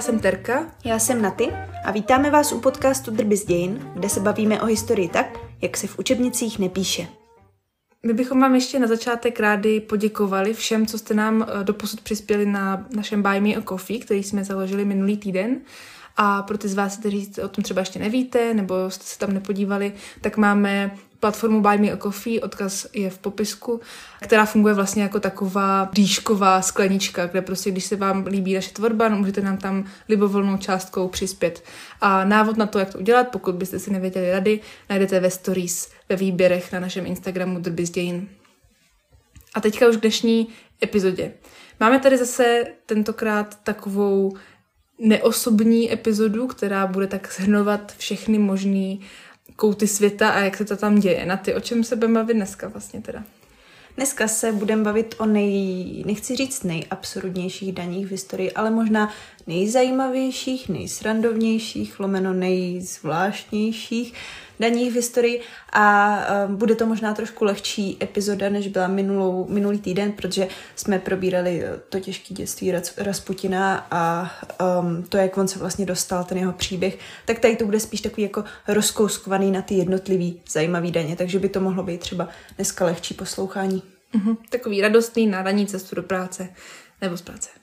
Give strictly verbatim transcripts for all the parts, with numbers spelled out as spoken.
já jsem Terka. Já jsem Naty a vítáme vás u podcastu Drby z dějin, kde se bavíme o historii tak, jak se v učebnicích nepíše. My bychom vám ještě na začátek rádi poděkovali všem, co jste nám doposud přispěli na našem Buy Me a Coffee, který jsme založili minulý týden. A pro ty z vás, kteří o tom třeba ještě nevíte, nebo jste se tam nepodívali, tak máme platformu Buy Me a Coffee, odkaz je v popisku, která funguje vlastně jako taková dýšková sklenička, kde prostě, když se vám líbí naše tvorba, můžete nám tam libovolnou částkou přispět. A návod na to, jak to udělat, pokud byste si nevěděli rady, najdete ve stories, ve výběrech na našem Instagramu Drby z dějin. A teďka už k dnešní epizodě. Máme tady zase tentokrát takovou neosobní epizodu, která bude tak shrnovat všechny možný kouty světa a jak se to tam děje. Na ty, o čem se budeme bavit dneska vlastně teda? Dneska se budeme bavit o nej, nechci říct nejabsurdnějších daních v historii, ale možná nejzajímavějších, nejsrandovnějších, lomeno nejzvláštnějších daních v historii a uh, bude to možná trošku lehčí epizoda, než byla minulou, minulý týden, protože jsme probírali to těžké dětství Rasputina a um, to, jak on se vlastně dostal, ten jeho příběh, tak tady to bude spíš takový jako rozkouskovaný na ty jednotlivý zajímavý daně, takže by to mohlo být třeba dneska lehčí poslouchání. Uh-huh. Takový radostný na ranní cestu do práce nebo z práce.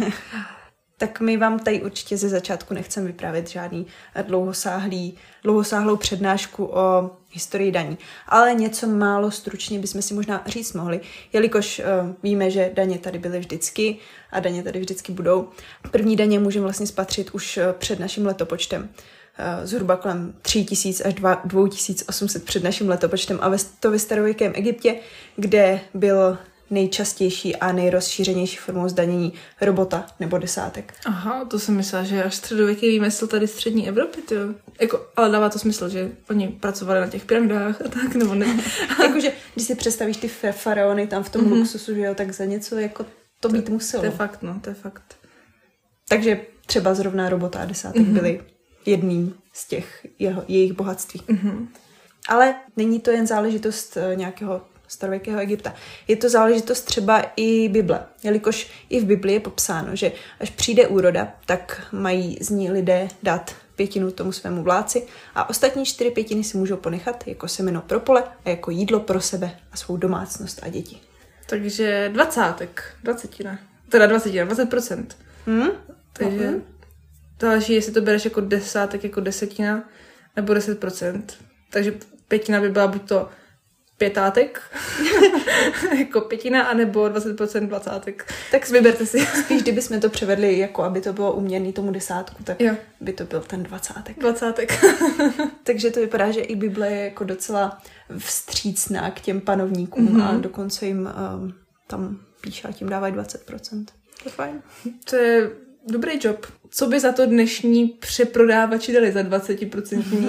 Tak my vám tady určitě ze začátku nechceme vyprávět žádný dlouhosáhlý, dlouhosáhlou přednášku o historii daní. Ale něco málo stručně bychom si možná říct mohli, jelikož uh, víme, že daně tady byly vždycky a daně tady vždycky budou. První daně můžeme vlastně spatřit už uh, před naším letopočtem. Uh, zhruba kolem tři tisíce až dva tisíce osm set před naším letopočtem a to ve starověkém Egyptě, kde byl nejčastější a nejrozšířenější formou zdanění robota nebo desátek. Aha, to jsem myslela, že až středověký výmysl tady střední Evropy, tyjo. Jako, ale dává to smysl, že oni pracovali na těch pyramidách a tak, nebo ne? Jakože, když si představíš ty faraony tam v tom mm-hmm. luxusu, že jo, tak za něco jako to být to, muselo. To je fakt, no, to je fakt. Takže třeba zrovna robota a desátek mm-hmm. byly jedním z těch jeho, jejich bohatství. Mm-hmm. Ale není to jen záležitost uh, nějakého starověkého Egypta. Je to záležitost třeba i Bible, jelikož i v Bibli je popsáno, že až přijde úroda, tak mají z ní lidé dát pětinu tomu svému vládci a ostatní čtyři pětiny si můžou ponechat jako semeno pro pole a jako jídlo pro sebe a svou domácnost a děti. Takže dvacátek, dvacetina, teda dvacetina, dvacet procent. Hmm? Takže uh-huh. záleží, jestli to bereš jako desátek, jako desetina, nebo deset procent. Takže pětina by byla buď to pětátek, jako pětina, anebo dvacet procent dvacátek. Tak vyberte si. Spíš, kdybychom to převedli, jako aby to bylo uměrný tomu desátku, tak jo. by to byl ten dvacátek. Dvacátek. Takže to vypadá, že i Bible je jako docela vstřícná k těm panovníkům mm-hmm. a dokonce jim um, tam píše a tím dávají dvacet procent. To je fajn. To je dobrý job. Co by za to dnešní přeprodávači dali za dvacet procent uh,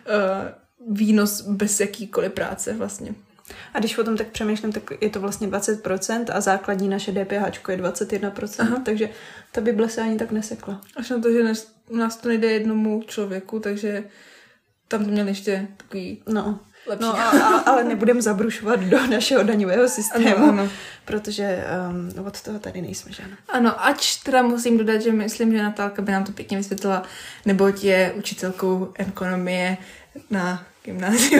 výnos bez jakýkoliv práce vlastně. A když o tom tak přemýšlím, tak je to vlastně dvacet procent a základní naše DPHčko je dvacet jedna procent, aha. takže ta Bible se ani tak nesekla. Až na to, že u nás to nejde jednomu člověku, takže tam to měli ještě takový no. lepší. No, a, a, ale nebudeme zabrušovat do našeho daňového systému, ano, ano. protože um, od toho tady nejsme, že ano. Ano, ač teda musím dodat, že myslím, že Natálka by nám to pěkně vysvětlila, neboť je učitelkou ekonomie na gymnáziu.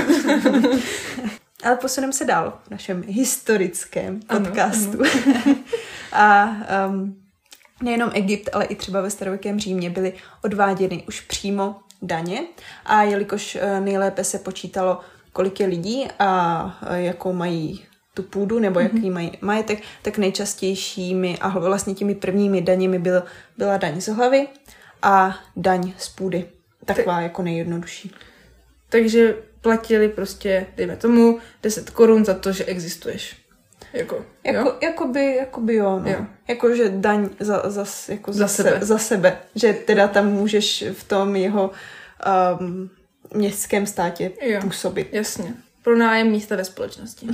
Ale posuneme se dál v našem historickém podcastu. Ano, ano. A um, nejenom Egypt, ale i třeba ve starověkém Římě byly odváděny už přímo daně a jelikož uh, nejlépe se počítalo, kolik je lidí a uh, jakou mají tu půdu nebo jaký mm-hmm. mají majetek, tak nejčastějšími a vlastně těmi prvními daněmi byl, byla daň z hlavy a daň z půdy. Taková Ty... jako nejjednodušší. Takže platili prostě, dejme tomu, deset korun za to, že existuješ. Jako, jako, jo? Jakoby, jakoby jo, no. jo. Jako, že daň za, za, jako za, za, sebe. Se, za sebe. Že teda tam můžeš v tom jeho um, městském státě jo. působit. Jasně. Pro nájem místa ve společnosti.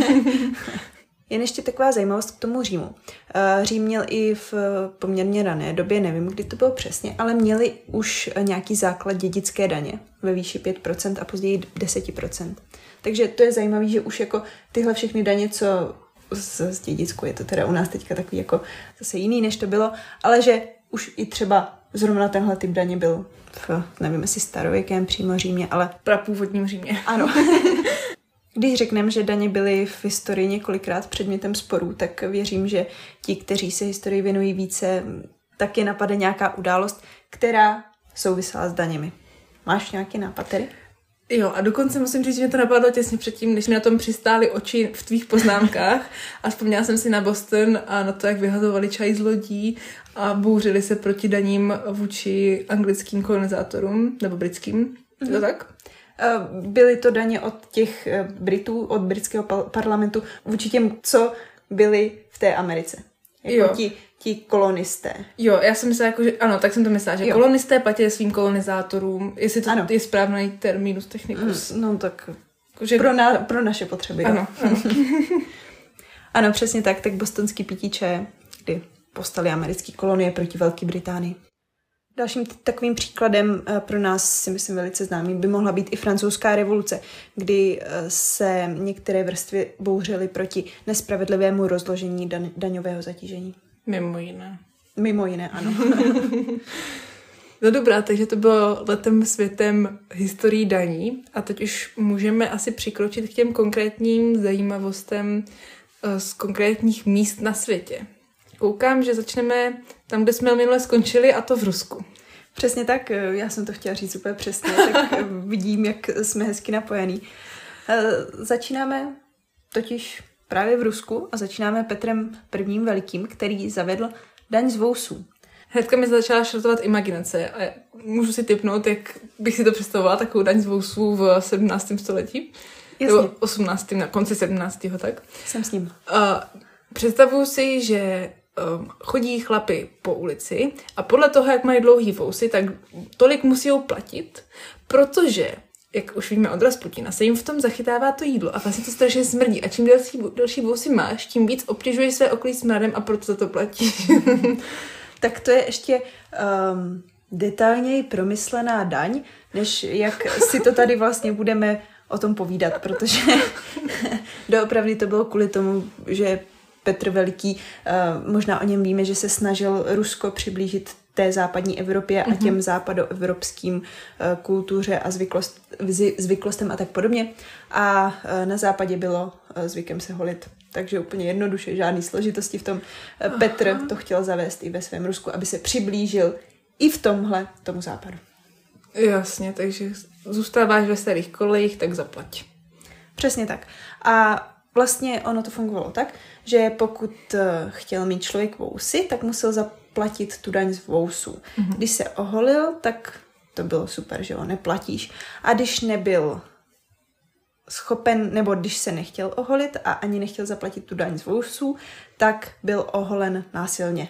Jen ještě taková zajímavost k tomu Římu. Řím měl i v poměrně rané době, nevím, kdy to bylo přesně, ale měli už nějaký základ dědické daně ve výši pět procent a později deset procent. Takže to je zajímavé, že už jako tyhle všechny daně, co z, z dědicku, je to teda u nás teďka takový jako zase jiný, než to bylo, ale že už i třeba zrovna tenhle typ daně byl v, nevím, jestli starověkém přímo Římě, ale... Prapůvodním Římě. Ano. Když řekneme, že daně byly v historii několikrát předmětem sporů, tak věřím, že ti, kteří se historii věnují více, tak je napade nějaká událost, která souvisela s daněmi. Máš nějaký nápad tedy? Jo, a dokonce musím říct, že mě to napadlo těsně předtím, než mi na tom přistály oči v tvých poznámkách a vzpomněla jsem si na Boston a na to, jak vyhazovali čaj z lodí a bouřili se proti daním vůči anglickým kolonizátorům, nebo britským. Mm-hmm. Je to tak? Byly to daně od těch Britů, od britského parlamentu vůči těm, co byli v té Americe. Jako ti, ti kolonisté. Jo, já jsem myslela, jako, že ano, tak jsem to myslela, že jo. Kolonisté platili svým kolonizátorům, jestli to ano. je správný terminus technicus. Mm, no tak že... pro, na, pro naše potřeby. Ano, ano. Ano, přesně tak, tak bostonský pití čaje, kdy povstaly americké kolonie proti Velké Británii. Dalším t- takovým příkladem e, pro nás, si myslím, velice známý, by mohla být i francouzská revoluce, kdy e, se některé vrstvy bouřily proti nespravedlivému rozložení dan- daňového zatížení. Mimo jiné. Mimo jiné, ano. No dobrá, takže to bylo letem světem historií daní a teď už můžeme asi přikročit k těm konkrétním zajímavostem e, z konkrétních míst na světě. Koukám, že začneme tam, kde jsme minule skončili, a to v Rusku. Přesně tak, já jsem to chtěla říct úplně přesně, tak vidím, jak jsme hezky napojení. Začínáme totiž právě v Rusku a začínáme Petrem prvním Velikým, který zavedl daň z vousů. Hnedka mi začala šrotovat imaginace a můžu si tipnout, jak bych si to představovala, takovou daň z vousů v sedmnáctém století. Jasně. Nebo osmnáctém na konci sedmnáctého tak. Jsem s ním. A představuju si, že um, chodí chlapi po ulici a podle toho, jak mají dlouhý vousy, tak tolik musí platit, protože, jak už víme od Rasputina, se jim v tom zachytává to jídlo a vlastně to strašně smrdí. A čím delší, delší vousy máš, tím víc obtěžuješ své okolí smradem a proto to platí. Tak to je ještě um, detailněji promyslená daň, než jak si to tady vlastně budeme o tom povídat, protože doopravdy to bylo kvůli tomu, že Petr Veliký, uh, možná o něm víme, že se snažil Rusko přiblížit té západní Evropě a těm západoevropským uh, kultuře a zvyklost, vzi, zvyklostem a tak podobně. A uh, na západě bylo uh, zvykem se holit. Takže úplně jednoduše, žádný složitosti v tom. Uh, Petr to chtěl zavést i ve svém Rusku, aby se přiblížil i v tomhle tomu západu. Jasně, takže zůstáváš ve starých kolejích, tak zaplať. Přesně tak. A vlastně ono to fungovalo tak, že pokud chtěl mít člověk vousy, tak musel zaplatit tu daň z vousů. Mm-hmm. Když se oholil, tak to bylo super, že jo, neplatíš. A když nebyl schopen, nebo když se nechtěl oholit a ani nechtěl zaplatit tu daň z vousů, tak byl oholen násilně.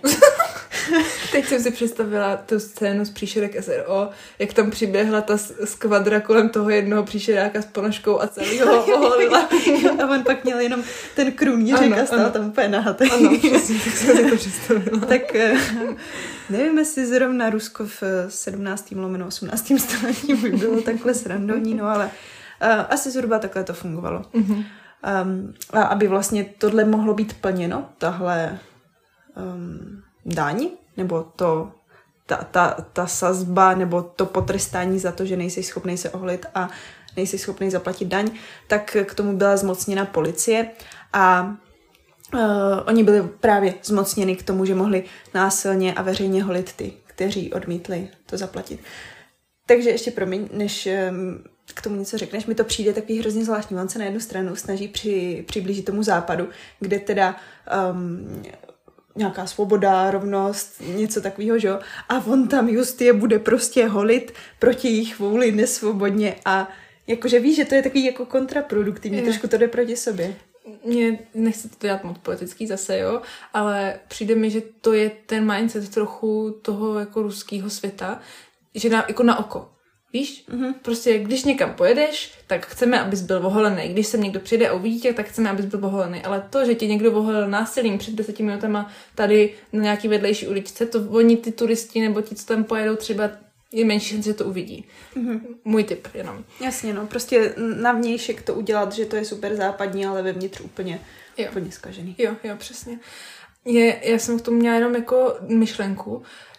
Teď jsem si představila tu scénu z Příšerek S R O, jak tam přiběhla ta skvadra kolem toho jednoho příšeráka s ponožkou a celý ho oholila. A on pak měl jenom ten krůnířek a stál tam úplně nahatý. Ano, přesně, tak jsem si to představila. Tak nevím, jestli zrovna Rusko v sedmnáctém lomeno osmnáctém století by bylo takhle srandovní, no ale uh, asi zhruba takhle to fungovalo. Mm-hmm. Um, a aby vlastně tohle mohlo být plněno, tahle um, daň, nebo to, ta, ta, ta sazba, nebo to potrestání za to, že nejsi schopný se oholit a nejsi schopný zaplatit daň, tak k tomu byla zmocněna policie a uh, oni byli právě zmocněni k tomu, že mohli násilně a veřejně holit ty, kteří odmítli to zaplatit. Takže ještě promiň, než um, k tomu něco řekneš, mi to přijde takový hrozně zvláštní. On se na jednu stranu snaží při, přiblížit tomu západu, kde teda um, nějaká svoboda, rovnost, něco takového, že jo? A on tam just je bude prostě holit proti jejich vůli nesvobodně a jakože víš, že to je takový jako kontraproduktivní, je. Trošku to jde proti sobě. Mně nechci to dělat moc politický zase, jo, ale přijde mi, že to je ten mindset trochu toho jako ruského světa, že na, jako na oko. Víš? Mm-hmm. Prostě když někam pojedeš, tak chceme, abys byl oholený. Když sem někdo přijde a uvidí tě, tak chceme, abys byl oholený. Ale to, že tě někdo oholil násilím před deseti minutama tady na nějaký vedlejší uličce, to oni ty turisti nebo ti, co tam pojedou, třeba je menší šance, že to uvidí. Mm-hmm. Můj tip jenom. Jasně, no. Prostě na vnějšek to udělat, že to je super západní, ale vevnitř úplně, úplně zkažený. Jo, jo, přesně. Je, já jsem k tomu měla jenom jako myšlenku,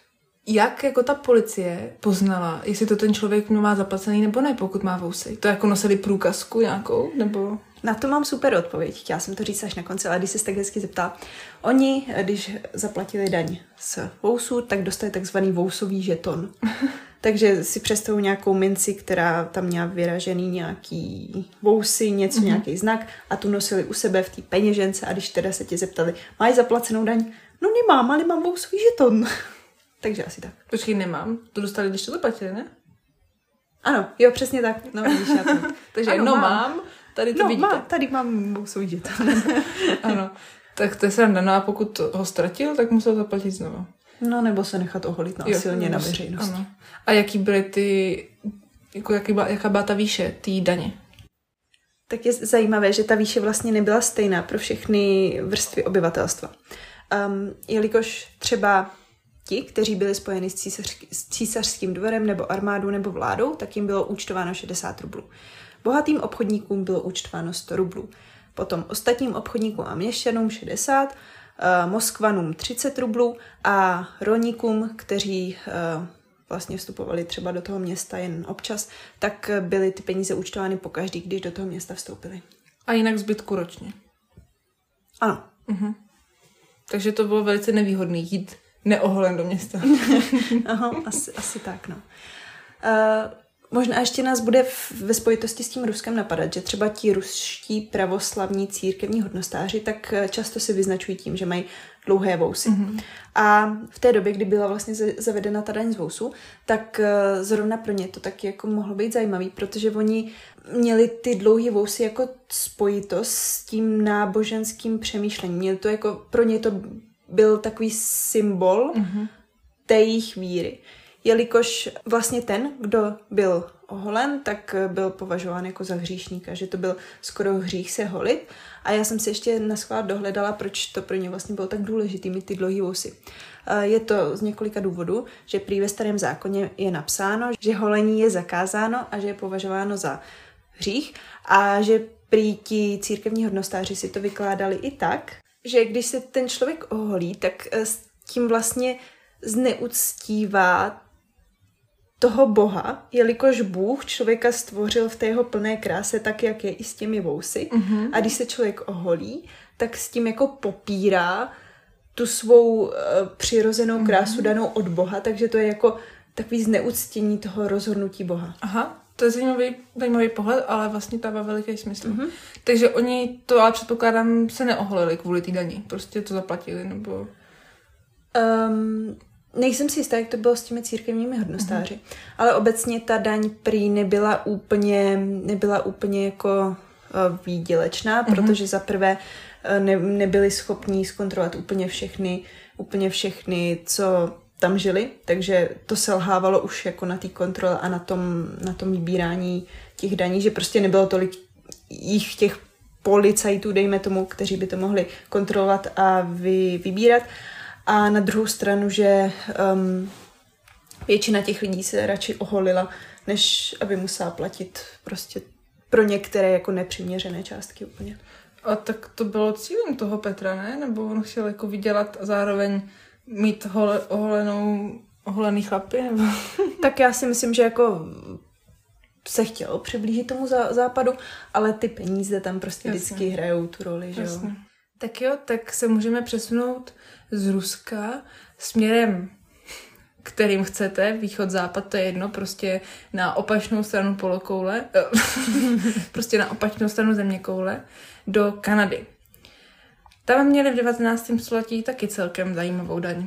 jak jako ta policie poznala, jestli to ten člověk má zaplacený nebo ne, pokud má vousy? To jako nosili průkazku nějakou, nebo... Na to mám super odpověď. Chtěla jsem to říct až na konci, ale když jsi tak hezky zeptala. Oni, když zaplatili daň z vousů, tak dostali takzvaný vousový žeton. Takže si představují nějakou minci, která tam měla vyražený nějaký vousy, něco, mm-hmm. nějaký znak a tu nosili u sebe v té peněžence a když teda se tě zeptali, máš zaplacenou daň? No nemám, ale mám vousový žeton. Takže asi tak. Počkej, nemám. To dostali, když to zaplatili, ne? Ano, jo, přesně tak. No, vidíš, já to... Takže ano, no mám. mám. Tady to no, vidíte. Má, tady mám vousový žeton. Ano. Tak to je sranda. No a pokud ho ztratil, tak musel zaplatit znovu. No, nebo se nechat oholit násilně na veřejnost. Ano. A jaký byly ty, jako jaký byla, jaká byla ta výše té daně? Tak je zajímavé, že ta výše vlastně nebyla stejná pro všechny vrstvy obyvatelstva. Um, jelikož třeba ti, kteří byli spojeni s, císař, s císařským dvorem nebo armádou nebo vládou, tak jim bylo účtováno šedesát rublů. Bohatým obchodníkům bylo účtováno sto rublů. Potom ostatním obchodníkům a měšťanům šedesát, uh, Moskvanům třicet rublů a rolníkům, kteří uh, vlastně vstupovali třeba do toho města jen občas, tak byly ty peníze účtovány pokaždý, když do toho města vstoupili. A jinak zbytku ročně? Ano. Uh-huh. Takže to bylo velice nevýhodný jít neoholen do města. Aha, asi, asi tak, no. Uh, možná ještě nás bude v, ve spojitosti s tím Ruskem napadat, že třeba ti ruští pravoslavní církevní hodnostáři tak často se vyznačují tím, že mají dlouhé vousy. Mm-hmm. A v té době, kdy byla vlastně zavedena ta daň z vousů, tak zrovna pro ně to taky jako mohlo být zajímavý, protože oni měli ty dlouhé vousy jako spojitost s tím náboženským přemýšlením. Měli to jako, pro ně to byl takový symbol mm-hmm. té jejich víry. Jelikož vlastně ten, kdo byl oholen, tak byl považován jako za hříšníka, že to byl skoro hřích se holit. A já jsem si ještě naschvál dohledala, proč to pro ně vlastně bylo tak důležitý mít ty dlouhý vousy. Je to z několika důvodů, že prý ve Starém zákoně je napsáno, že holení je zakázáno a že je považováno za hřích a že prý ti církevní hodnostáři si to vykládali i tak, že když se ten člověk oholí, tak s tím vlastně zneuctívá toho Boha, jelikož Bůh člověka stvořil v té jeho plné kráse tak, jak je i s těmi vousy. Mm-hmm. A když se člověk oholí, tak s tím jako popírá tu svou uh, přirozenou krásu mm-hmm. danou od Boha, takže to je jako takový zneuctění toho rozhodnutí Boha. Aha, to je zajímavý, zajímavý pohled, ale vlastně dává veliký smysl. Mm-hmm. Takže oni to, ale předpokládám, se neoholili kvůli té daní. Prostě to zaplatili, nebo... Um, nejsem si jistá, jak to bylo s těmi církevními hodnostáři, uh-huh. ale obecně ta daň prý nebyla úplně, nebyla úplně jako uh, výdělečná, uh-huh. protože za prvé uh, ne, nebyli schopní zkontrolovat úplně všechny, úplně všechny, co tam žili, takže to selhávalo už jako na té kontrole a na tom, na tom vybírání těch daní, že prostě nebylo tolik jich těch policajtů, dejme tomu, kteří by to mohli kontrolovat a vy, vybírat. A na druhou stranu, že um, většina těch lidí se radši oholila, než aby musela platit prostě pro některé jako nepřiměřené částky úplně. A tak to bylo cílem toho Petra, ne? Nebo on chtěl jako vydělat a zároveň mít hole, oholenou, oholený chlapy? Nebo? Tak já si myslím, že jako se chtěl přiblížit tomu zá, západu, ale ty peníze tam prostě Jasně. vždycky hrajou tu roli, že jo? Tak jo, tak se můžeme přesunout z Ruska směrem, kterým chcete, východ, západ, to je jedno, prostě na opačnou stranu polokoule, prostě na opačnou stranu zeměkoule, do Kanady. Tam měli v devatenáctém století taky celkem zajímavou daň.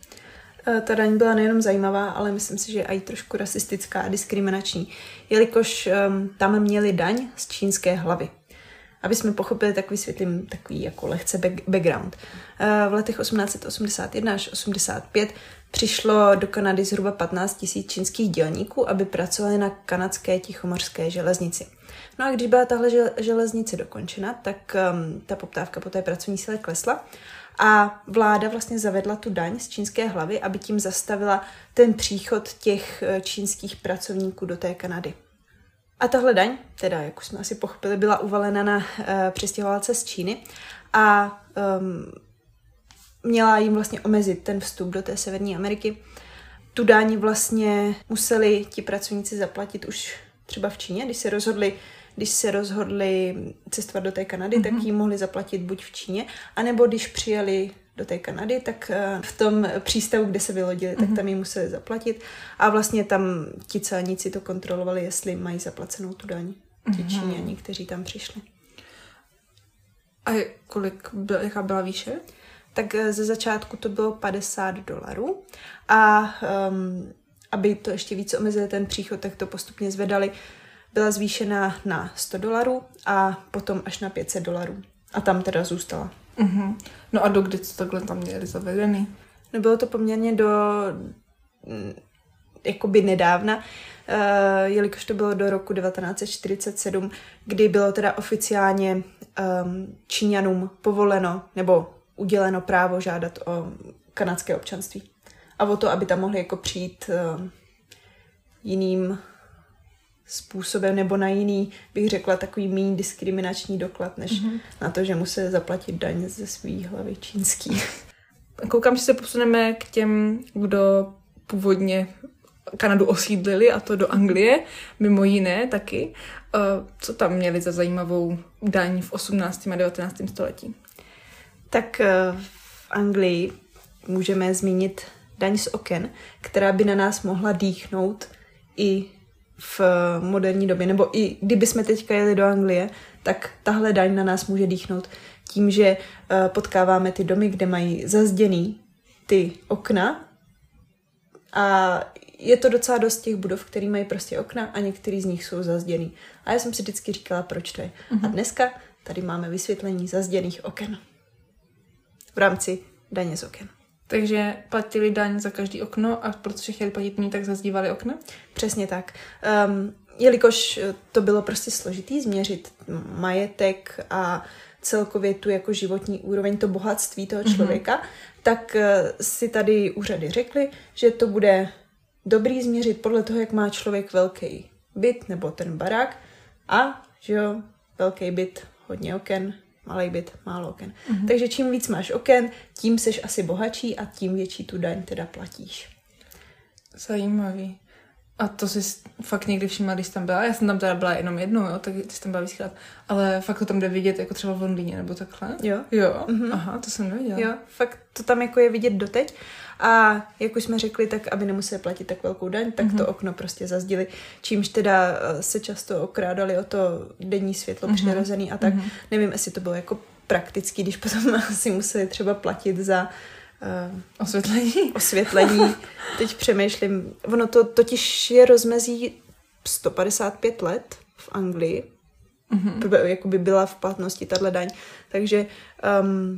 Ta daň byla nejenom zajímavá, ale myslím si, že je i trošku rasistická a diskriminační, jelikož um, tam měli daň z čínské hlavy. Aby jsme pochopili, tak vysvětlím takový jako lehce background. V letech osmnáct osmdesát jedna až osmdesát pět přišlo do Kanady zhruba patnáct tisíc čínských dělníků, aby pracovali na kanadské tichomořské železnici. No a když byla tahle železnice dokončena, tak um, ta poptávka po té pracovní síle klesla a vláda vlastně zavedla tu daň z čínské hlavy, aby tím zastavila ten příchod těch čínských pracovníků do té Kanady. A tahle daň, teda, jak už jsme asi pochopili, byla uvalena na uh, přistěhovalce z Číny a um, měla jim vlastně omezit ten vstup do té Severní Ameriky. tu daň vlastně museli ti pracovníci zaplatit už třeba v Číně, když se rozhodli, když se rozhodli cestovat do té Kanady, mm-hmm. tak ji mohli zaplatit buď v Číně, anebo když přijeli do té Kanady, tak v tom přístavu, kde se vylodili, mm-hmm. tak tam ji museli zaplatit a vlastně tam ti celníci to kontrolovali, jestli mají zaplacenou tu daň. Ti mm-hmm. Číňani, kteří tam přišli. A kolik byla, jaká byla výše? Tak ze začátku to bylo padesát dolarů a um, aby to ještě víc omezili ten příchod, tak to postupně zvedali. Byla zvýšena na sto dolarů a potom až na pět set dolarů. A tam teda zůstala. Uh-huh. No a dokdy to takhle tam měli zavedený? No bylo to poměrně do jakoby nedávna, uh, jelikož to bylo do roku devatenáct set čtyřicet sedm, kdy bylo teda oficiálně um, Číňanům povoleno nebo uděleno právo žádat o kanadské občanství. A o to, aby tam mohli jako přijít uh, jiným způsobem nebo na jiný, bych řekla, takový méně diskriminační doklad, než mm-hmm. na to, že musí zaplatit daň ze svý hlavy čínský. Koukám, že se posuneme k těm, kdo původně Kanadu osídlili, a to do Anglie, mimo jiné taky. Co tam měli za zajímavou daň v osmnáctém a devatenáctém století? Tak v Anglii můžeme zmínit daň z oken, která by na nás mohla dýchnout i v moderní době, nebo i kdyby jsme teďka jeli do Anglie, tak tahle daň na nás může dýchnout tím, že potkáváme ty domy, kde mají zazděný ty okna a je to docela dost těch budov, které mají prostě okna a některý z nich jsou zazděný. A já jsem si vždycky říkala, proč to je. Mm-hmm. A dneska tady máme vysvětlení zazděných oken v rámci daně z oken. Takže platili daň za každý okno a protože chtěli platit méně, tak zazdívali okna? Přesně tak. Um, jelikož to bylo prostě složitý změřit majetek a celkově tu jako životní úroveň, to bohatství toho člověka, mm-hmm. tak uh, si tady úřady řekly, že to bude dobrý změřit podle toho, jak má člověk velký byt nebo ten barák a, že jo, velký byt, hodně oken, malý byt, málo oken. Mm-hmm. Takže čím víc máš oken, tím seš asi bohatší a tím větší tu daň teda platíš. Zajímavý. A to jsi fakt někdy všimla, když jsi tam byla? Já jsem tam teda byla jenom jednou, jo, tak ty jsi tam byla víckrát. Ale fakt to tam jde vidět, jako třeba v Londýně, nebo takhle? Jo. Jo, mm-hmm. Aha, to jsem nevěděla. Jo, fakt to tam jako je vidět doteď. A jak už jsme řekli, tak aby nemuseli platit tak velkou daň, tak mm-hmm. to okno prostě zazdili. Čímž teda se často okrádali o to denní světlo mm-hmm. přirozený a tak. Mm-hmm. Nevím, jestli to bylo jako praktický, když potom si museli třeba platit za uh, osvětlení. osvětlení. Teď přemýšlím. Ono to totiž je rozmezí sto padesát pět let v Anglii. Mm-hmm. Jakoby byla v platnosti tato daň. Takže um,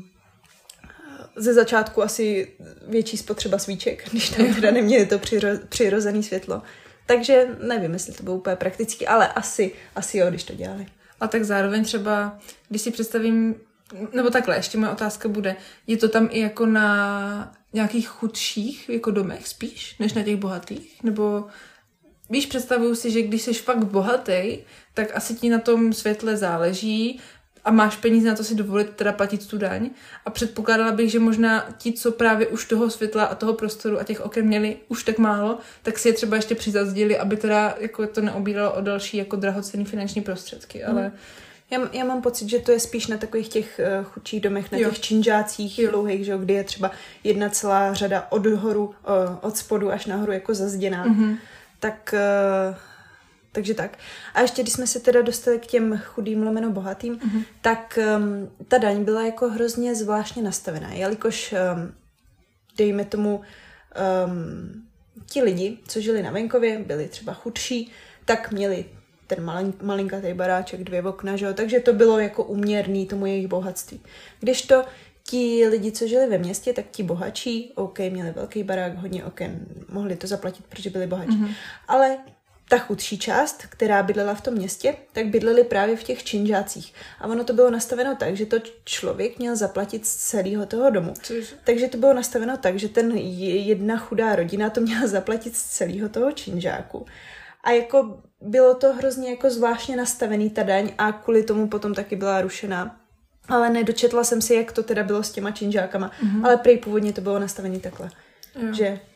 ze začátku asi větší spotřeba svíček, když tam teda neměli to přiro, přirozené světlo. Takže nevím, jestli to bylo úplně praktický, ale asi, asi jo, když to dělali. A tak zároveň třeba, když si představím, nebo takhle, ještě moje otázka bude, je to tam i jako na nějakých chudších jako domech spíš, než na těch bohatých? Nebo víš, představuju si, že když jsi fakt bohatý, tak asi ti na tom světle záleží a máš peníze na to si dovolit teda platit tu daň. A předpokládala bych, že možná ti, co právě už toho světla a toho prostoru a těch oken měli už tak málo, tak si je třeba ještě přizazdili, aby teda jako to neobíralo o další jako drahocenný finanční prostředky, ale... Hmm. Já, já mám pocit, že to je spíš na takových těch uh, chudších domech, na jo. těch činžácích dlouhých, že jo, kdy je třeba jedna celá řada od horu, uh, od spodu až nahoru jako zazděná. Mm-hmm. Tak... Uh, Takže tak. A ještě, když jsme se teda dostali k těm chudým lomeno bohatým, mm-hmm. tak um, ta daň byla jako hrozně zvláštně nastavená, jelikož um, dejme tomu um, ti lidi, co žili na venkově, byli třeba chudší, tak měli ten malin, malinkatý baráček, dvě okna, že jo? Takže to bylo jako uměrný tomu jejich bohatství. Když to ti lidi, co žili ve městě, tak ti bohatší, OK, měli velký barák, hodně oken, mohli to zaplatit, protože byli bohatší. Mm-hmm. Ale ta chudší část, která bydlela v tom městě, tak bydleli právě v těch činžácích. A ono to bylo nastaveno tak, že to člověk měl zaplatit z celého toho domu. Což? Takže to bylo nastaveno tak, že ten jedna chudá rodina to měla zaplatit z celého toho činžáku. A jako bylo to hrozně jako zvláštně nastavený ta daň a kvůli tomu potom taky byla rušená. Ale nedočetla jsem si, jak to teda bylo s těma činžákama. Mm-hmm. Ale prej původně to bylo nastavený takhle. Jo. Že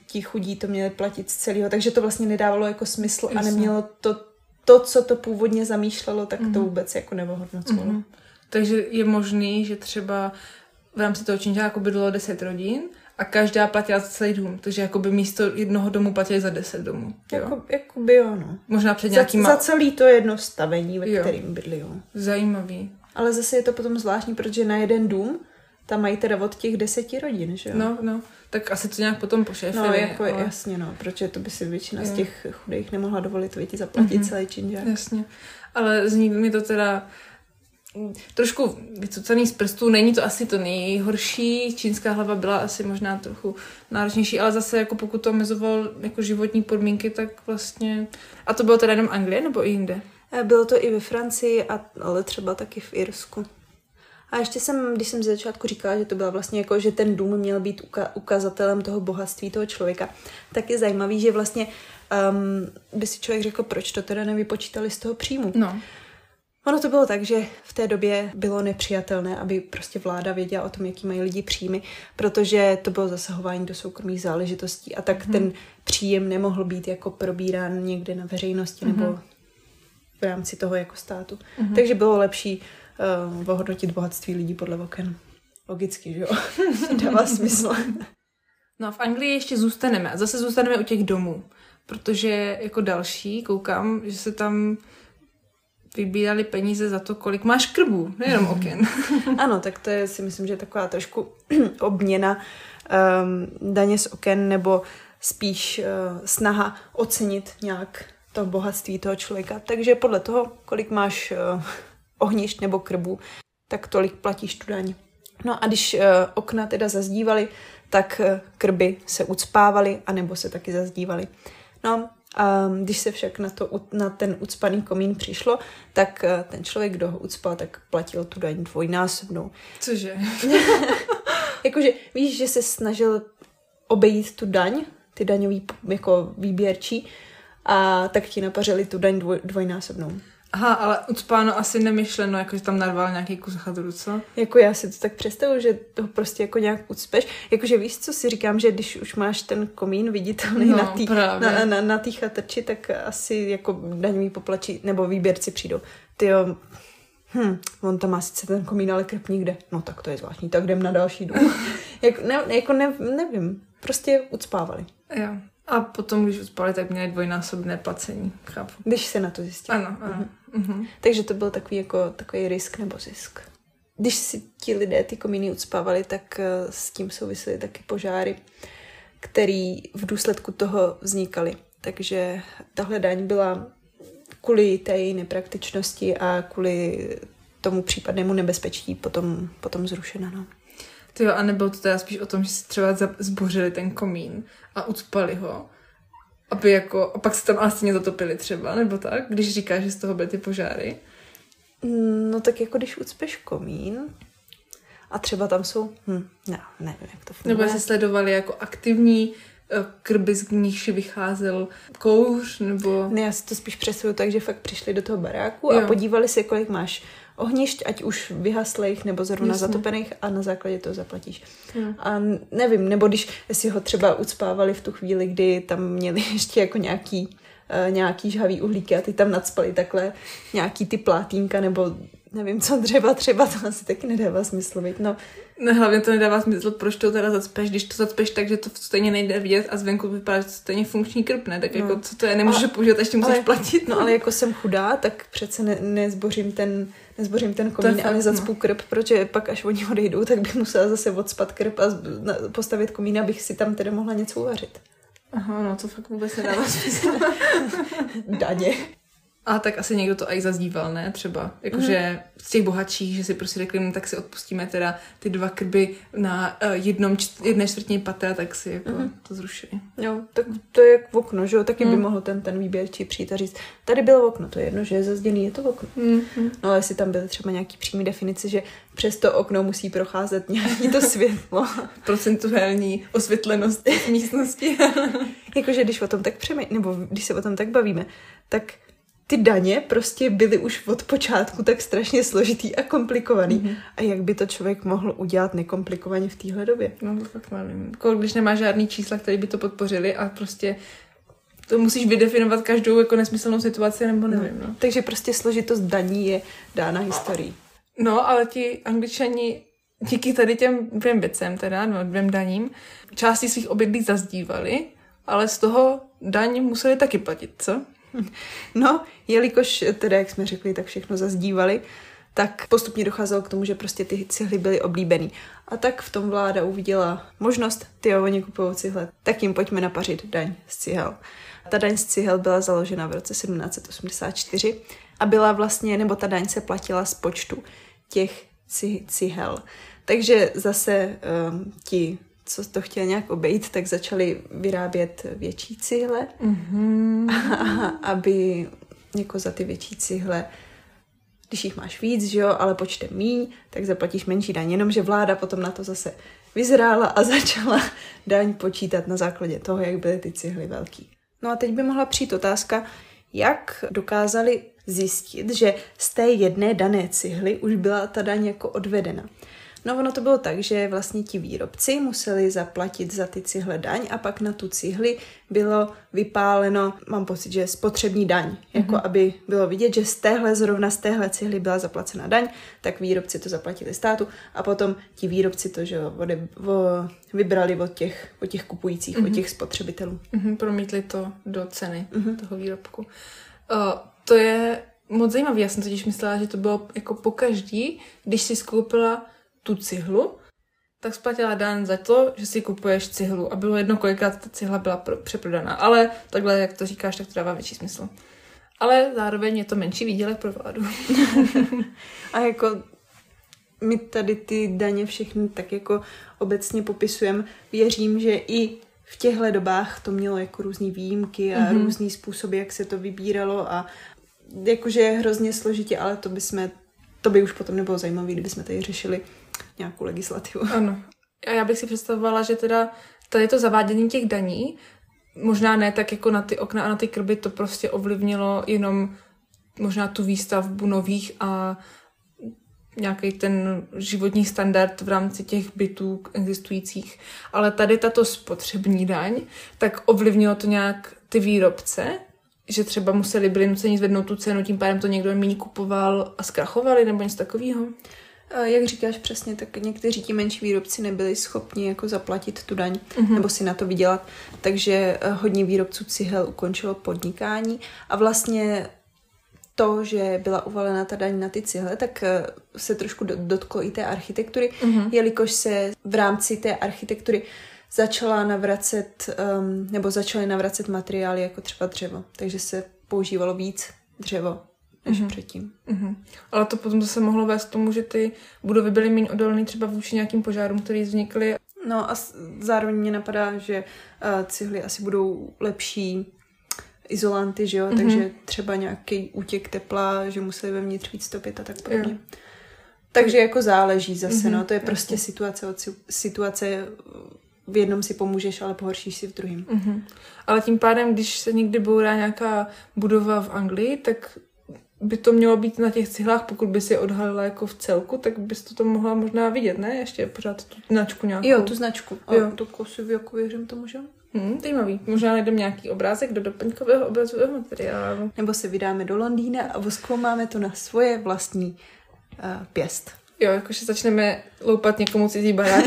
ti chudí to měli platit z celého, takže to vlastně nedávalo jako smysl Jasně. a nemělo to, to, co to původně zamýšlelo, tak mm. to vůbec jako neohodnocovalo. Mm. Takže je možný, že třeba v rámci toho činžáku jako bydlelo deset rodin a každá platila za celý dům, takže jako by místo jednoho domu platili za deset domů. Jako, jako by jo, no. Možná před za, nějakýma... za celý to jedno stavení, ve jo. kterým bydlí, jo. Zajímavý. Ale zase je to potom zvláštní, protože na jeden dům tam mají teda od těch deseti rodin, že jo? No, no. Tak asi to nějak potom pošéfili. No, jako ale... jasně, no. Protože to by si většina jo. z těch chudých nemohla dovolit věti zaplatit mm-hmm. celý činžák. Jasně. Ale zní mi to teda trošku vycucaný z prstů. Není to asi to nejhorší. Čínská hlava byla asi možná trochu náročnější, ale zase jako pokud to omezoval jako životní podmínky, tak vlastně... A to bylo teda jenom Anglie nebo i jinde? Bylo to i ve Francii, a, ale třeba taky v Irsku. A ještě jsem, když jsem z začátku říkala, že to byla vlastně jako, že ten dům měl být uka- ukazatelem toho bohatství toho člověka, tak je zajímavý, že vlastně um, by si člověk řekl, proč to teda nevypočítali z toho příjmu. No. Ono to bylo tak, že v té době bylo nepřijatelné, aby prostě vláda věděla o tom, jaký mají lidi příjmy, protože to bylo zasahování do soukromých záležitostí a tak mm-hmm. ten příjem nemohl být jako probírán někde na veřejnosti mm-hmm. nebo v rámci toho jako státu. Mm-hmm. Takže bylo lepší uh, ohodnotit bohatství lidí podle oken. Logicky, že jo? Dává smysl. No a v Anglii ještě zůstaneme. A zase zůstaneme u těch domů. Protože jako další koukám, že se tam vybírali peníze za to, kolik máš krbů, nejenom oken. Ano, tak to je si myslím, že je taková trošku obměna um, daně z oken, nebo spíš uh, snaha ocenit nějak to bohatství toho člověka. Takže podle toho, kolik máš uh, ohnišť nebo krbu, tak tolik platíš tu daň. No a když uh, okna teda zazdívaly, tak uh, krby se ucpávaly, anebo se taky zazdívaly. No a když se však na, to, na ten ucpaný komín přišlo, tak uh, ten člověk, kdo ho ucpal, tak platil tu daň dvojnásobnou. Cože? Jakože víš, že se snažil obejít tu daň, ty daňový jako výběrčí, a tak ti napařili tu daň dvoj, dvojnásobnou. Aha, ale ucpáno asi nemyšleno, jako že tam narval nějaký kus chadru, co? Jako já si to tak představuji, že to prostě jako nějak ucpeš. Jakože víš, co si říkám, že když už máš ten komín viditelný no, na té na, na, na chatrči, tak asi jako daňoví poplačí, nebo výběrci přijdou. Tyjo, hm, on tam má sice ten komín, ale krb nikde. No tak to je zvláštní, tak jdem na další dům. jako ne, jako ne, nevím, prostě ucpávali. Jo. A potom, když uspali, tak měli dvojnásobné placení, chápu. Když se na to zjistilo. Ano, ano. Mhm. Takže to byl takový, jako, takový risk nebo zisk. Když si ti lidé ty komíny ucpávali, tak s tím souvisely taky požáry, který v důsledku toho vznikaly. Takže tahle daň byla kvůli té její nepraktičnosti a kvůli tomu případnému nebezpečí potom, potom zrušena. No. Tyjo, a nebylo to teda spíš o tom, že si třeba zbořili ten komín a ucpali ho, aby jako, a pak se tam ale stejně zatopili třeba, nebo tak, když říkáš, že z toho byly ty požáry? No tak jako když ucpeš komín a třeba tam jsou, hm, no, nevím, jak to funguje. Nebo jestli sledovali jako aktivní krby, z nichž vycházel kouř, nebo... Ne, já si to spíš představuju tak, že fakt přišli do toho baráku jo. a podívali se, kolik máš ohnišť, ať už vyhaslejch nebo zrovna Jasně. zatopených, a na základě toho zaplatíš. Jo. A nevím, nebo když si ho třeba ucpávali v tu chvíli, kdy tam měli ještě jako nějaký, uh, nějaký žhavý uhlíky a ty tam nacpali takhle nějaký ty plátínka nebo nevím co dřeva, třeba to asi taky nedává smysl, viď? No. Ne, hlavně to nedává smysl, proč to teda zacpeš, když to zacpeš tak, že to stejně nejde vidět a zvenku vypadá, že to stejně funkční krb, ne? Tak no. Jako co to je, nemůžeš použít, ještě musíš ale, platit. No ale jako jsem chudá, tak přece ne, nezbořím ten, nezbořím ten komín a nezacpu no. krb, protože pak až oni odejdou, tak bych musela zase odspat krb a postavit komín, abych si tam teda mohla něco uvařit. Aha, no to fakt vůbec nedává smysl. Daně. A tak asi někdo to aj zazdíval, ne? Třeba. Jakože mm. z těch bohatších, že si prostě řekli, no, tak si odpustíme teda ty dva krby na uh, jednom, čt- jedné čtvrtině patra, tak si jako mm. to zrušili. Jo, tak to je jak v okno, že jo? Taky mm. by mm. mohl ten, ten výběrčí přijít a říct, tady bylo okno, to je jedno, že je zazděný, je to okno. Mm. No ale jestli tam byly třeba nějaký přímý definice, že přes to okno musí procházet nějaký to světlo. Procentuální osvětlenost v místnosti. Jakože když o tom tak přemý, nebo když se o tom tak bavíme, tak ty daně prostě byly už od počátku tak strašně složitý a komplikovaný. Mm-hmm. A jak by to člověk mohl udělat nekomplikovaně v téhle době? No to fakt nevím. Jako, když nemá žádný čísla, které by to podpořili a prostě to musíš vydefinovat každou jako nesmyslnou situaci, nebo nevím. No. No. Takže prostě složitost daní je dána historií. No, ale ti Angličani díky tady těm dvěm věcem, teda no, dvěm daním, části svých obydlí zazdívali, ale z toho daň museli taky platit, co? No, jelikož teda, jak jsme řekli, tak všechno zazdívali, tak postupně docházelo k tomu, že prostě ty cihly byly oblíbený. A tak v tom vláda uviděla možnost, ty oni kupují cihle, tak jim pojďme napařit daň z cihel. Ta daň z cihel byla založena v roce sedmnáct set osmdesát čtyři a byla vlastně, nebo ta daň se platila z počtu těch cihel. Takže zase um, ti, co to chtěli nějak obejít, tak začali vyrábět větší cihle, mm-hmm. aby jako za ty větší cihle, když jich máš víc, že jo, ale počtem míň, tak zaplatíš menší daň. Jenomže vláda potom na to zase vyzrála a začala daň počítat na základě toho, jak byly ty cihly velký. No a teď by mohla přijít otázka, jak dokázali zjistit, že z té jedné dané cihly už byla ta daň jako odvedena. No ono to bylo tak, že vlastně ti výrobci museli zaplatit za ty cihle daň a pak na tu cihli bylo vypáleno, mám pocit, že spotřební daň. Mm-hmm. Jako aby bylo vidět, že z téhle, zrovna z téhle cihly byla zaplacena daň, tak výrobci to zaplatili státu a potom ti výrobci to, že ode, vo, vybrali od těch, od těch kupujících, mm-hmm. od těch spotřebitelů. Mm-hmm, promítli to do ceny mm-hmm. toho výrobku. Uh, to je moc zajímavé. Já jsem totiž myslela, že to bylo jako pokaždý, když si skoupila tu cihlu, tak splatila daň za to, že si kupuješ cihlu a bylo jedno, kolikrát ta cihla byla pro, přeprodaná. Ale takhle, jak to říkáš, tak to dává větší smysl. Ale zároveň je to menší výdělek pro vládu. A jako my tady ty daně všechny tak jako obecně popisujeme. Věřím, že i v těchto dobách to mělo jako různý výjimky a mm-hmm. různý způsoby, jak se to vybíralo a jakože je hrozně složitě, ale to by jsme, to by už potom nebylo zajímavé, kdyby jsme tady řešili nějakou legislativu. Ano. A já bych si představovala, že teda tady to zavádění těch daní, možná ne tak jako na ty okna a na ty krby, to prostě ovlivnilo jenom možná tu výstavbu nových a nějaký ten životní standard v rámci těch bytů existujících. Ale tady tato spotřební daň, tak ovlivnilo to nějak ty výrobce, že třeba museli byli nuceni zvednout tu cenu, tím pádem to někdo méně kupoval a zkrachovali nebo něco takového? Jak říkáš přesně, tak někteří ti menší výrobci nebyli schopni jako zaplatit tu daň mm-hmm. nebo si na to vydělat, takže hodně výrobců cihel ukončilo podnikání a vlastně to, že byla uvalena ta daň na ty cihle, tak se trošku dotklo i té architektury, mm-hmm. jelikož se v rámci té architektury začala navracet, um, nebo začaly navracet materiály jako třeba dřevo, takže se používalo víc dřevo než mm-hmm. předtím. Mm-hmm. Ale to potom zase mohlo vést k tomu, že ty budovy byly méně odolné třeba vůči nějakým požárům, které vznikly. No a zároveň mě napadá, že uh, cihly asi budou lepší izolanty, že jo, mm-hmm. takže třeba nějaký útěk tepla, že museli vevnitř víc topit a tak podobně. Jo. Takže jako záleží zase, mm-hmm. no, to je prostě Jasně. situace od situace, v jednom si pomůžeš, ale pohoršíš si v druhém. Mm-hmm. Ale tím pádem, když se někdy bourá nějaká budova v Anglii, tak by to mělo být na těch cihlách, pokud by si je odhalila jako v celku, tak bys to tam mohla možná vidět, ne? Ještě pořád tu značku nějakou. Jo, tu značku. A jo. Tu kosu jako věřím tomu, že? Hmm, zajímavý. Možná najdeme nějaký obrázek do doplňkového obrazového materiálu. Nebo se vydáme do Londýna a voskoumáme to na svoje vlastní uh, pěst. Jo, jakože začneme loupat někomu cizí barák.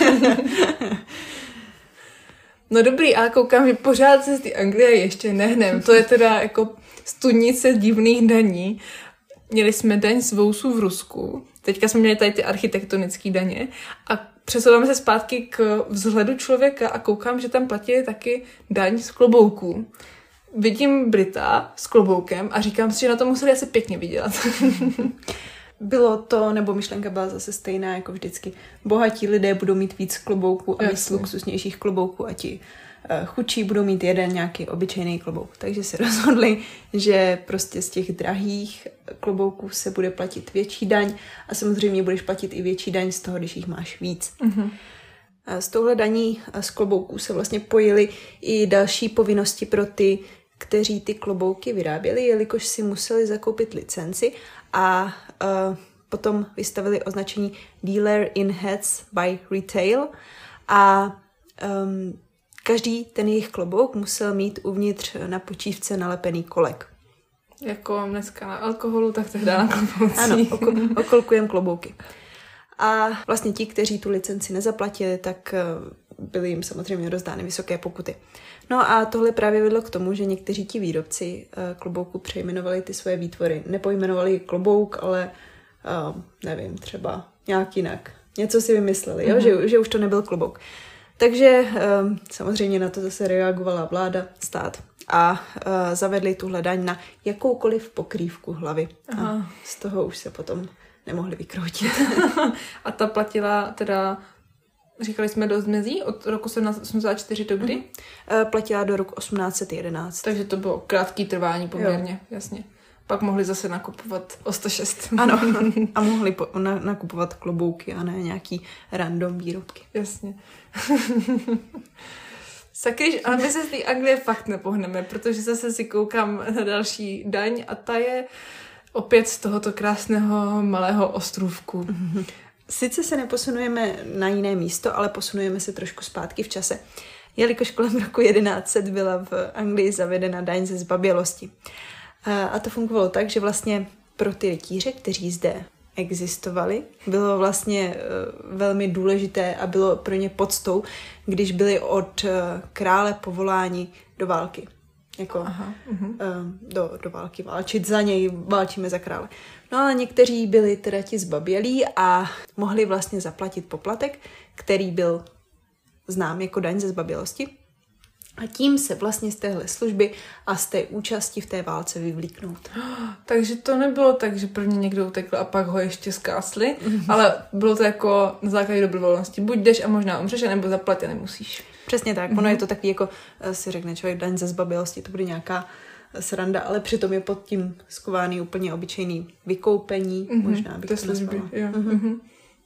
No dobrý, ale koukám, že pořád se z té Anglie ještě nehnem. To je teda jako studnice divných daní. Měli jsme daň z vousů v Rusku. Teďka jsme měli tady ty architektonické daně. A přesouváme se zpátky k vzhledu člověka a koukám, že tam platili taky daň z klobouků. Vidím Brita s kloboukem a říkám si, že na to museli asi pěkně vydělat. Bylo to, nebo myšlenka byla zase stejná jako vždycky. Bohatí lidé budou mít víc klobouků a víc luxusnějších klobouků a ti uh, chudší budou mít jeden nějaký obyčejný klobouk. Takže se rozhodli, že prostě z těch drahých klobouků se bude platit větší daň a samozřejmě budeš platit i větší daň z toho, když jich máš víc. Mm-hmm. S touhle daní z klobouků se vlastně pojily i další povinnosti pro ty kteří ty klobouky vyráběli, jelikož si museli zakoupit licenci a uh, potom vystavili označení Dealer in Hats by Retail a um, každý ten jejich klobouk musel mít uvnitř na počívce nalepený kolek. Jako dneska na alkoholu, tak tehdy na kloboucích. Ano, oko- okolkujeme klobouky. A vlastně ti, kteří tu licenci nezaplatili, tak byly jim samozřejmě rozdány vysoké pokuty. No a tohle právě vedlo k tomu, že někteří ti výrobci klobouku přejmenovali ty svoje výtvory. Nepojmenovali klobouk, ale nevím, třeba nějak jinak. Něco si vymysleli, jo? Mm-hmm. že, že už to nebyl klobouk. Takže samozřejmě na to zase reagovala vláda, stát a zavedli tuhle daň na jakoukoliv pokrývku hlavy. Aha. A z toho už se potom nemohli vykroutit. A ta platila teda, říkali jsme, do zmezí od roku sedmnáct osmdesát čtyři do kdy? Mm. Platila do roku osmnáct set jedenáct. Takže to bylo krátký trvání poměrně, jo. Jasně. Pak mohli zase nakupovat o sto šest. Ano, a mohli po, na, nakupovat klobouky a ne nějaký random výrobky. Jasně. Sakryž, ale my se z té Anglie fakt nepohneme, protože zase si koukám na další daň a ta je opět z tohoto krásného malého ostrůvku. Sice se neposunujeme na jiné místo, ale posunujeme se trošku zpátky v čase, jelikož kolem roku jedenáct set byla v Anglii zavedena daň ze zbabělosti. A to fungovalo tak, že vlastně pro ty rytíře, kteří zde existovali, bylo vlastně velmi důležité a bylo pro ně poctou, když byli od krále povoláni do války. Jako Aha, uh-huh. do, do války válčit za něj, válčíme za krále. No ale někteří byli teda ti zbabělí a mohli vlastně zaplatit poplatek, který byl znám jako daň ze zbabělosti. A tím se vlastně z téhle služby a z té účasti v té válce vyvlíknout. Takže to nebylo tak, že první někdo utekl a pak ho ještě zkásli, mm-hmm. ale bylo to jako na základě dobrovolnosti. Buď jdeš a možná umřeš, nebo zaplatit nemusíš. Přesně tak. Mm-hmm. Ono je to takový, jako si řekne člověk, daň ze zbabělosti, to bude nějaká sranda, ale přitom je pod tím skovaný úplně obyčejný vykoupení. Mm-hmm. Možná bych to služby. Jo. Mm-hmm. Mm-hmm.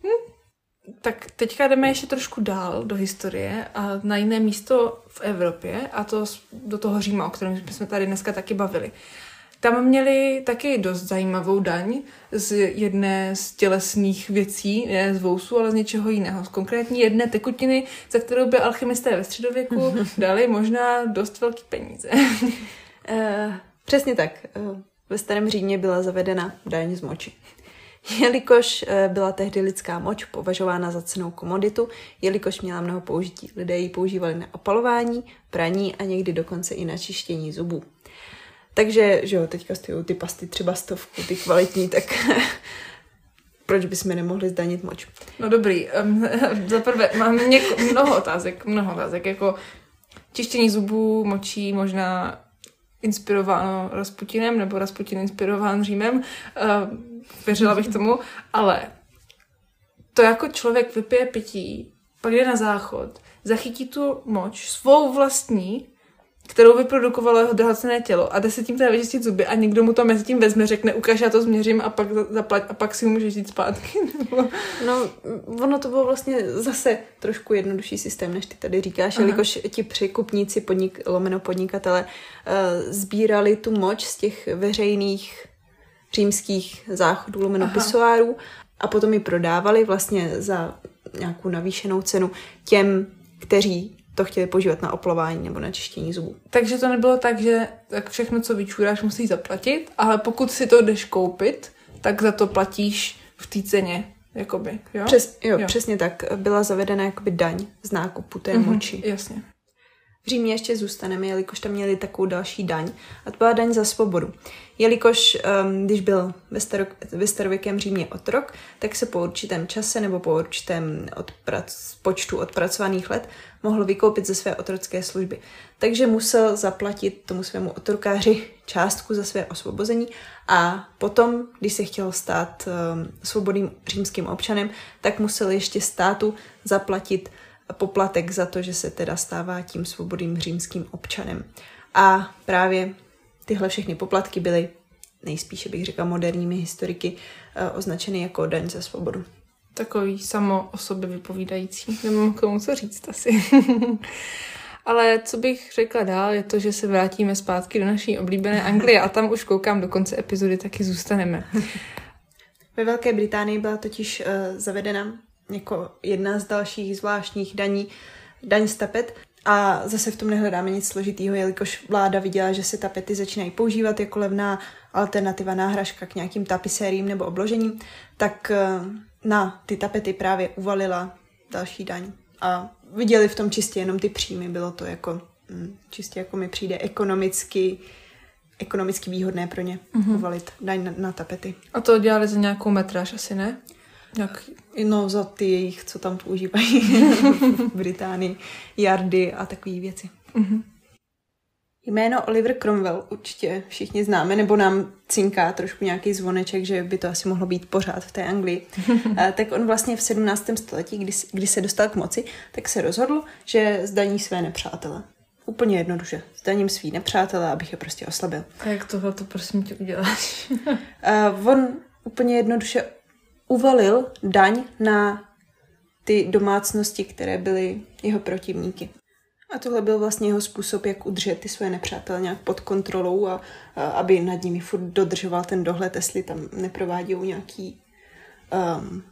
Tak teďka jdeme ještě trošku dál do historie a na jiné místo v Evropě, a to do toho Říma, o kterém jsme tady dneska taky bavili. Tam měli taky dost zajímavou daň z jedné z tělesných věcí, ne z vousu, ale z něčeho jiného. Z konkrétní jedné tekutiny, za kterou by alchymisté ve středověku dali možná dost velký peníze. uh, přesně tak. Uh, ve starém Římě byla zavedena daň z moči. Jelikož byla tehdy lidská moč považována za cennou komoditu, jelikož měla mnoho použití. Lidé ji používali na opalování, praní a někdy dokonce i na čištění zubů. Takže, že jo, teďka stojí ty pasty třeba stovku, ty kvalitní, tak proč bychom nemohli zdanit moč? No dobrý, um, za prvé mám něko, mnoho otázek, mnoho otázek, jako čištění zubů, močí, možná inspirováno Rasputinem, nebo Rasputin inspirován Římem, uh, věřila bych tomu, ale to jako člověk vypije pití, pak jde na záchod, zachytí tu moč, svou vlastní, kterou vyprodukovalo jeho drahocenné tělo a jde se tím teda vyčistit zuby a někdo mu to mezi tím vezme, řekne, ukáž, já to změřím a pak zaplať a pak si ho můžeš jít zpátky. Nebo... No, ono to bylo vlastně zase trošku jednodušší systém, než ty tady říkáš, Aha. jelikož ti překupníci, podnik, lomeno podnikatele, uh, sbírali tu moč z těch veřejných římských záchodů, lomeno pisoárů a potom ji prodávali vlastně za nějakou navýšenou cenu těm, kteří to chtěli používat na oplování nebo na čištění zubů. Takže to nebylo tak, že tak všechno, co vyčůráš, musíš zaplatit, ale pokud si to jdeš koupit, tak za to platíš v té ceně, jakoby, jo? Přes, jo, jo, přesně tak. Byla zavedena jakoby daň z nákupu té mm-hmm, moči. Jasně. V Římě ještě zůstaneme, jelikož tam měli takovou další daň. A to byla daň za svobodu. Jelikož um, když byl ve, staro, ve starověkém Římě otrok, tak se po určitém čase nebo po určitém odprac, počtu odpracovaných let mohl vykoupit ze své otrocké služby. Takže musel zaplatit tomu svému otrokáři částku za své osvobození a potom, když se chtěl stát um, svobodným římským občanem, tak musel ještě státu zaplatit poplatek za to, že se teda stává tím svobodným římským občanem. A právě tyhle všechny poplatky byly nejspíše, bych řekla, moderními historiky eh, označeny jako daň za svobodu. Takový samo o sobě vypovídající. Nemám k tomu co říct asi. Ale co bych řekla dál, je to, že se vrátíme zpátky do naší oblíbené Anglie a tam už koukám do konce epizody, taky zůstaneme. Ve Velké Británii byla totiž uh, zavedena jako jedna z dalších zvláštních daní, daň z tapet. A zase v tom nehledáme nic složitýho, jelikož vláda viděla, že se tapety začínají používat jako levná alternativa, náhražka k nějakým tapisériím nebo obložením, tak na ty tapety právě uvalila další daň. A viděli v tom čistě jenom ty příjmy, bylo to jako hm, čistě jako mi přijde ekonomicky, ekonomicky výhodné pro ně mm-hmm. uvalit daň na, na tapety. A to dělali za nějakou metráž asi, ne? Jak... No za ty jejich, co tam používají v Británii, jardy a takové věci. Mm-hmm. Jméno Oliver Cromwell určitě všichni známe, nebo nám cinká trošku nějaký zvoneček, že by to asi mohlo být pořád v té Anglii. Tak on vlastně v sedmnáctém století, kdy, kdy se dostal k moci, tak se rozhodl, že zdaní své nepřátele. Úplně jednoduše. Zdaním svý nepřátele, abych je prostě oslabil. A jak tohle to prosím tě uděláš? uh, on úplně jednoduše uvalil daň na ty domácnosti, které byly jeho protivníky. A tohle byl vlastně jeho způsob, jak udržet ty své nepřátele nějak pod kontrolou a, a aby nad nimi furt dodržoval ten dohled, jestli tam neprovádějí nějaký um,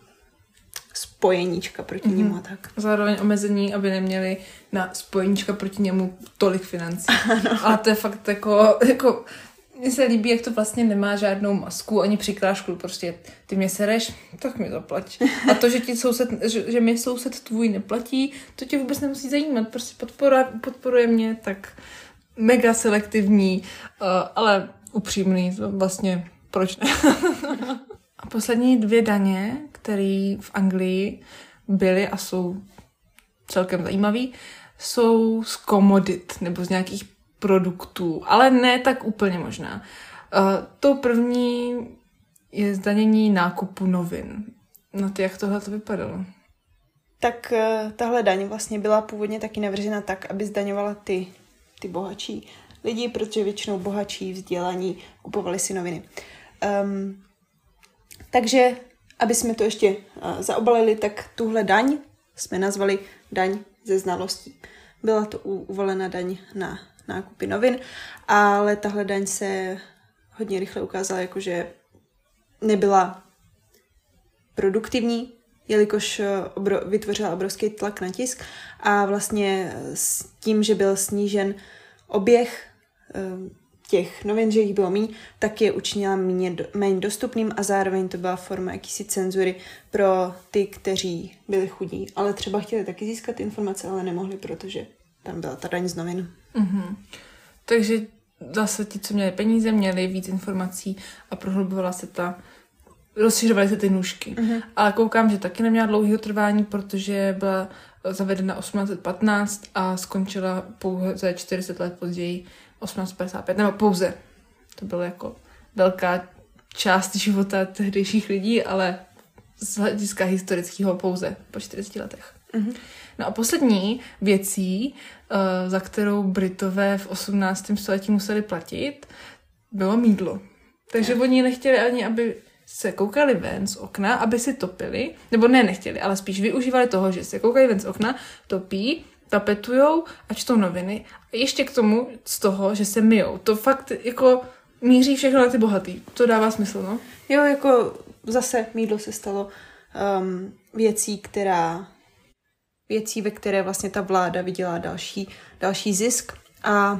spojeníčka proti mm-hmm. němu a tak. Zároveň omezení, aby neměli na spojeníčka proti němu tolik financí. Ano. A to je fakt jako... jako mně se líbí, jak to vlastně nemá žádnou masku ani přikrášku, prostě ty mě sereš, tak mi zaplať. A to, že ti soused, že, že mě soused tvůj neplatí, to tě vůbec nemusí zajímat, prostě podporuje, podporuje mě, tak mega selektivní, uh, ale upřímný, vlastně proč ne? A poslední dvě daně, které v Anglii byly a jsou celkem zajímavý, jsou z komodit nebo z nějakých produktů, ale ne tak úplně možná. Uh, to první je zdanění nákupu novin. No ty, jak tohle to vypadalo? Tak uh, tahle daň vlastně byla původně taky navržena tak, aby zdaňovala ty, ty bohatší lidi, protože většinou bohatší vzdělaní kupovali si noviny. Um, takže, aby jsme to ještě uh, zaobalili, tak tuhle daň jsme nazvali daň ze znalostí. Byla to uvolena daň na nákupy novin, ale tahle daň se hodně rychle ukázala, jakože nebyla produktivní, jelikož obro, vytvořila obrovský tlak na tisk a vlastně s tím, že byl snížen oběh těch novin, že jich bylo míň, tak je učinila méně, méně dostupným a zároveň to byla forma jakýsi cenzury pro ty, kteří byli chudí, ale třeba chtěli taky získat informace, ale nemohli, protože tam byla ta daň z novin. Mm-hmm. Takže zase ti, co měli peníze, měli víc informací a prohlubovala se ta, rozšiřovaly se ty nůžky. Mm-hmm. Ale koukám, že taky neměla dlouhého trvání, protože byla zavedena osmnáct set patnáct a skončila pouze čtyřicet let později osmnáct set padesát pět, nebo pouze. To byla jako velká část života tehdejších lidí, ale z hlediska historického pouze po čtyřiceti letech. Mm-hmm. No a poslední věcí, uh, za kterou Britové v osmnáctém století museli platit, bylo mýdlo. Takže yeah. oni nechtěli ani, aby se koukali ven z okna, aby si topili, nebo ne nechtěli, ale spíš využívali toho, že se koukají ven z okna, topí, tapetujou a čtou noviny. A ještě k tomu z toho, že se myjou. To fakt jako míří všechno na ty bohatý. To dává smysl, no? Jo, jako zase mýdlo se stalo um, věcí, která věcí, ve které vlastně ta vláda viděla další, další zisk. A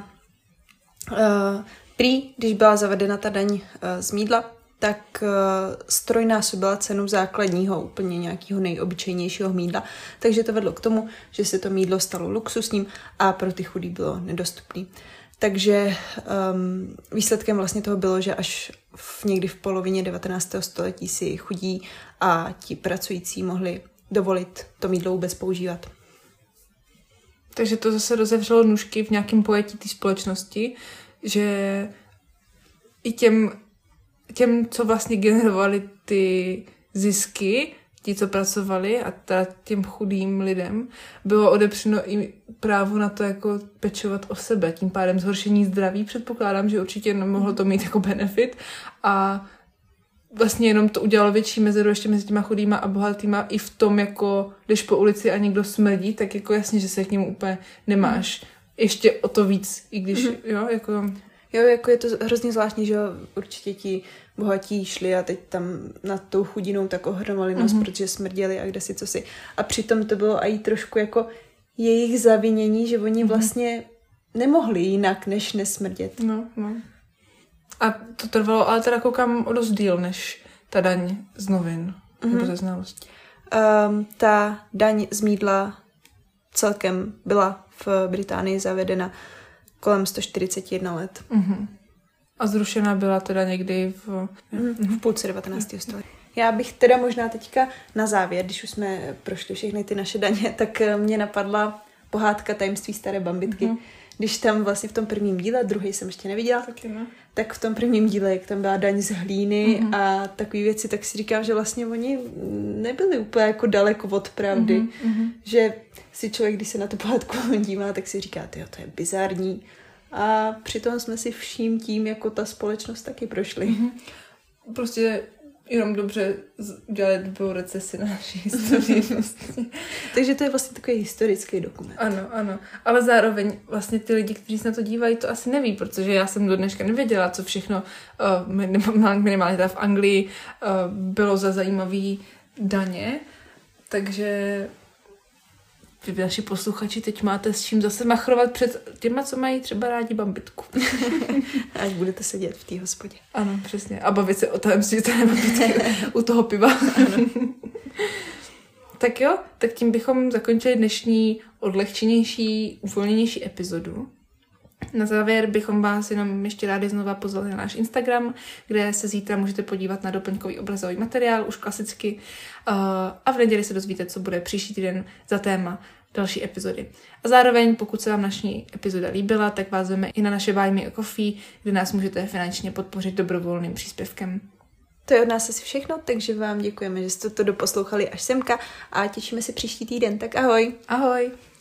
uh, prý, když byla zavedena ta daň uh, z mýdla, tak uh, strojnásobila cenu základního, úplně nějakého nejobyčejnějšího mýdla. Takže to vedlo k tomu, že se to mýdlo stalo luxusním a pro ty chudý bylo nedostupný. Takže um, výsledkem vlastně toho bylo, že až v, někdy v polovině devatenáctého století si chudí a ti pracující mohli dovolit to mýdlo vůbec používat. Takže to zase rozevřelo nůžky v nějakém pojetí té společnosti, že i těm, těm, co vlastně generovali ty zisky, ti, co pracovali a teda těm chudým lidem, bylo odepřeno i právo na to jako pečovat o sebe. Tím pádem zhoršení zdraví předpokládám, že určitě nemohlo to mít jako benefit a vlastně jenom to udělalo větší mezeru ještě mezi těma chudýma a bohatýma i v tom, jako když po ulici a někdo smrdí, tak jako jasně, že se k němu úplně nemáš ještě o to víc, i když, mm-hmm. jo, jako... Jo, jako je to hrozně zvláštní, že jo, určitě ti bohatí šli a teď tam nad tou chudinou tak ohromali nos, mm-hmm. protože smrděli a kde si co si. A přitom to bylo i trošku jako jejich zavinění, že oni mm-hmm. vlastně nemohli jinak, než nesmrdět. No, no. A to trvalo, ale teda koukám o dost díl, než ta daň z novin, mm-hmm. nebo ze znalostí. Um, ta daň z mýdla celkem byla v Británii zavedena kolem sto čtyřicet jedna let. Mm-hmm. A zrušena byla teda někdy v... Mm, v půlce devatenáctého století. Já bych teda možná teďka na závěr, když už jsme prošli všechny ty naše daně, tak mě napadla pohádka Tajemství staré bambitky. Mm-hmm. Když tam vlastně v tom prvním díle, druhý jsem ještě neviděla, taky ne. Tak v tom prvním díle, jak tam byla daň z hlíny mm-hmm. a takové věci, tak si říkám, že vlastně oni nebyli úplně jako daleko od pravdy. Mm-hmm. Že si člověk, když se na tu pohádku dívá, tak si říká, tyjo, to je bizarní. A přitom jsme si vším tím, jako ta společnost taky prošli. Mm-hmm. Prostě jenom dobře udělali dobrou recesi na naší historii. Takže to je vlastně takový historický dokument. Ano, ano. Ale zároveň vlastně ty lidi, kteří se na to dívají, to asi neví, protože já jsem do dneška nevěděla, co všechno uh, minimálně teda v Anglii uh, bylo za zajímavý daně. Takže vy naši posluchači teď máte s čím zase machrovat před těma, co mají třeba rádi bambitku. Až budete sedět v té hospodě. Ano, přesně. A bavit se o tajemství té bambitky u toho piva. Tak jo, tak tím bychom zakončili dnešní odlehčenější, uvolněnější epizodu. Na závěr bychom vás jenom ještě rádi znova pozvali na náš Instagram, kde se zítra můžete podívat na doplňkový obrazový materiál, už klasicky. A v neděli se dozvíte, co bude příští týden za téma další epizody. A zároveň, pokud se vám naší epizoda líbila, tak vás zveme i na naše Buy Me a Coffee, kde nás můžete finančně podpořit dobrovolným příspěvkem. To je od nás asi všechno, takže vám děkujeme, že jste to doposlouchali až semka a těšíme se příští týden. Tak ahoj! Ahoj!